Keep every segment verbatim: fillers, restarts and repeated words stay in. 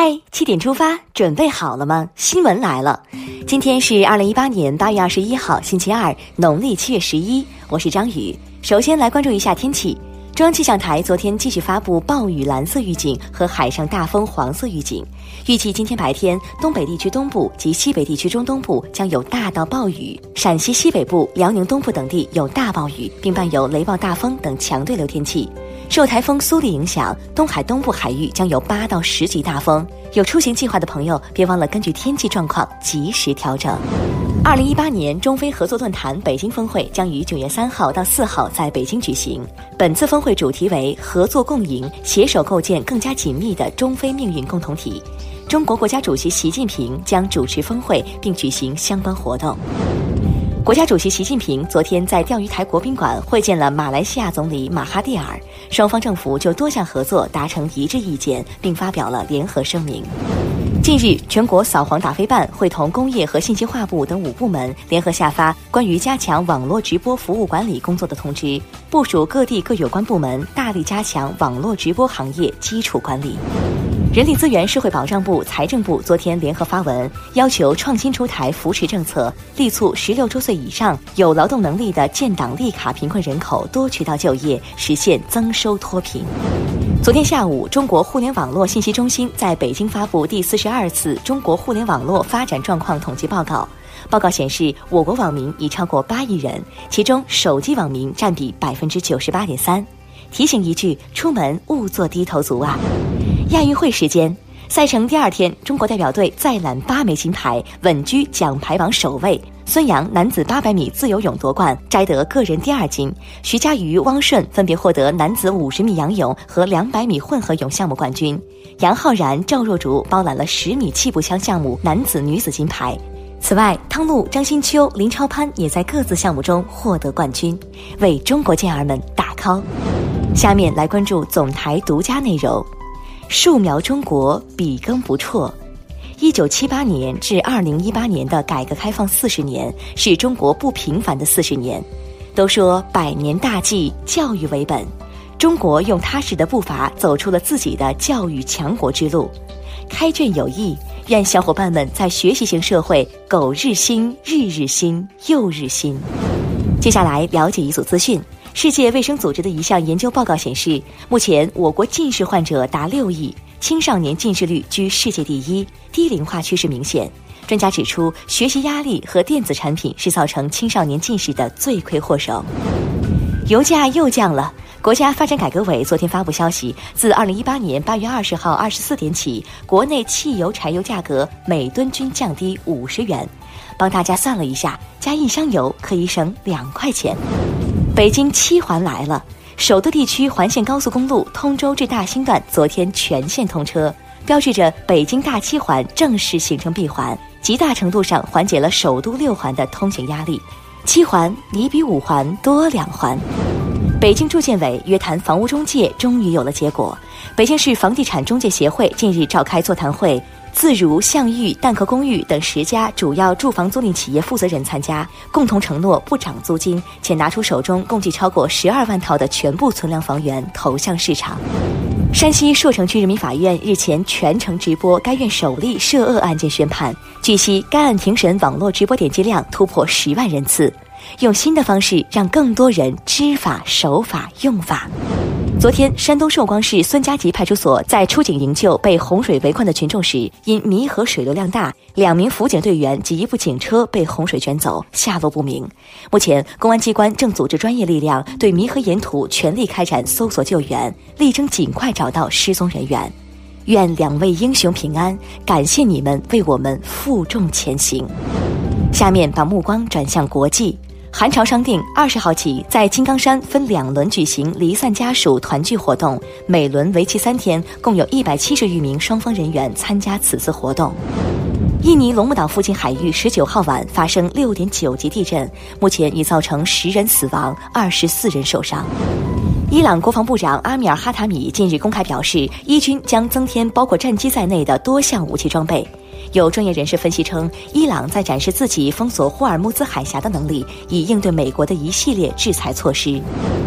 嗨，七点出发，准备好了吗？新闻来了。今天是二零一八年八月二十一号，星期二，农历七月十一。我是张宇。首先来关注一下天气。中央气象台昨天继续发布暴雨蓝色预警和海上大风黄色预警，预计今天白天东北地区东部及西北地区中东部将有大到暴雨，陕西西北部、辽宁东部等地有大暴雨，并伴有雷暴大风等强对流天气。受台风苏力影响，东海东部海域将有八到十级大风，有出行计划的朋友别忘了根据天气状况及时调整。二零一八年中非合作论坛北京峰会将于九月三号到四号在北京举行。本次峰会主题为合作共赢，携手构建更加紧密的中非命运共同体。中国国家主席习近平将主持峰会并举行相关活动。国家主席习近平昨天在钓鱼台国宾馆会见了马来西亚总理马哈蒂尔，双方政府就多项合作达成一致意见，并发表了联合声明。近日，全国扫黄打非办会同工业和信息化部等五部门联合下发关于加强网络直播服务管理工作的通知，部署各地各有关部门大力加强网络直播行业基础管理。人力资源社会保障部、财政部昨天联合发文，要求创新出台扶持政策，力促十六周岁以上有劳动能力的建档立卡贫困人口多渠道就业，实现增收脱贫。昨天下午，中国互联网络信息中心在北京发布第四十二次中国互联网络发展状况统计报告。报告显示，我国网民已超过八亿人，其中手机网民占比百分之九十八点三。提醒一句，出门勿做低头族啊！亚运会时间，赛程第二天，中国代表队再揽八枚金牌，稳居奖牌榜首位。孙杨男子八百米自由泳夺冠，摘得个人第二金。徐嘉余、汪顺分别获得男子五十米仰泳和两百米混合泳项目冠军。杨浩然、赵若竹包揽了十米气步枪项目男子、女子金牌。此外，汤露、张新秋、林超攀也在各自项目中获得冠军，为中国健儿们打 call。下面来关注总台独家内容。树苗中国，笔耕不辍。一九七八年至二零一八年的改革开放四十年，是中国不平凡的四十年。都说百年大计，教育为本，中国用踏实的步伐走出了自己的教育强国之路。开卷有益，愿小伙伴们在学习型社会苟日新，日日新，又日新。接下来了解一组资讯。世界卫生组织的一项研究报告显示，目前我国近视患者达六亿，青少年近视率居世界第一，低龄化趋势明显。专家指出，学习压力和电子产品是造成青少年近视的罪魁祸首。油价又降了。国家发展改革委昨天发布消息，自二零一八年八月二十号二十四点起，国内汽油、柴油价格每吨均降低五十元。帮大家算了一下，加一箱油可以省两块钱。北京七环来了，首都地区环线高速公路通州至大兴段昨天全线通车，标志着北京大七环正式形成闭环，极大程度上缓解了首都六环的通行压力。七环你比五环多两环。北京住建委约谈房屋中介终于有了结果。北京市房地产中介协会近日召开座谈会，自如、象玉、蛋壳公寓等十家主要住房租赁企业负责人参加，共同承诺不涨租金，且拿出手中共计超过十二万套的全部存量房源投向市场。山西朔城区人民法院日前全程直播该院首例涉恶案件宣判，据悉该案庭审网络直播点击量突破十万人次，用新的方式让更多人知法、守法、用法。昨天，山东寿光市孙家集派出所在出警营救被洪水围困的群众时，因弥河水流量大，两名辅警队员及一部警车被洪水卷走，下落不明。目前，公安机关正组织专业力量对弥河沿途全力开展搜索救援，力争尽快找到失踪人员。愿两位英雄平安，感谢你们为我们负重前行。下面把目光转向国际。韩朝商定二十号起在金刚山分两轮举行离散家属团聚活动，每轮为期三天，共有一百七十余名双方人员参加此次活动。印尼龙目岛附近海域十九号晚发生六点九级地震，目前已造成十人死亡，二十四人受伤。伊朗国防部长阿米尔哈塔米近日公开表示，伊军将增添包括战机在内的多项武器装备。有专业人士分析称，伊朗在展示自己封锁霍尔木兹海峡的能力，以应对美国的一系列制裁措施。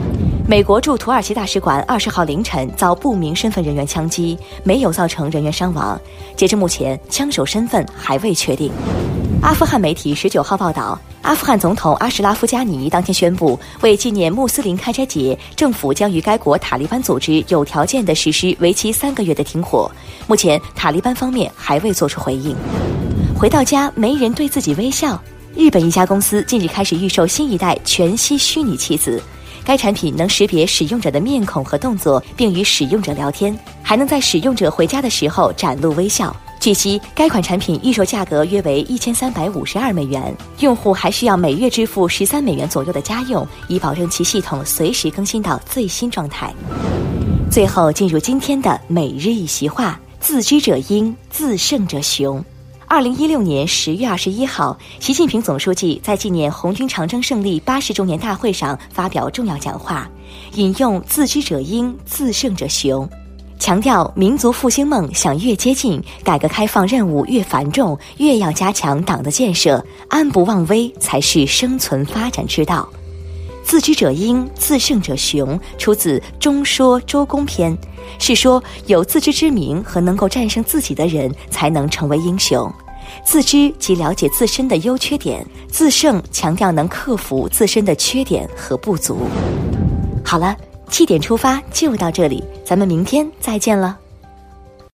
美国驻土耳其大使馆二十号凌晨遭不明身份人员枪击，没有造成人员伤亡。截至目前，枪手身份还未确定。阿富汗媒体十九号报道，阿富汗总统阿什拉夫加尼当天宣布，为纪念穆斯林开斋节，政府将与该国塔利班组织有条件地实施为期三个月的停火。目前，塔利班方面还未做出回应。回到家，没人对自己微笑。日本一家公司近日开始预售新一代全息虚拟妻子。该产品能识别使用者的面孔和动作，并与使用者聊天，还能在使用者回家的时候展露微笑。据悉，该款产品预售价格约为一千三百五十二美元，用户还需要每月支付十三美元左右的家用，以保证其系统随时更新到最新状态。最后进入今天的每日一席话：自知者鹰，自胜者雄。二零一六年十月二十一号，习近平总书记在纪念红军长征胜利八十周年大会上发表重要讲话，引用“自知者鹰，自胜者雄”，强调民族复兴梦想越接近，改革开放任务越繁重，越要加强党的建设，安不忘危才是生存发展之道。自知者鹰，自胜者雄，出自《中说周公篇》，是说有自知之明和能够战胜自己的人才能成为英雄。自知即了解自身的优缺点，自胜强调能克服自身的缺点和不足。好了，七点出发就到这里，咱们明天再见了。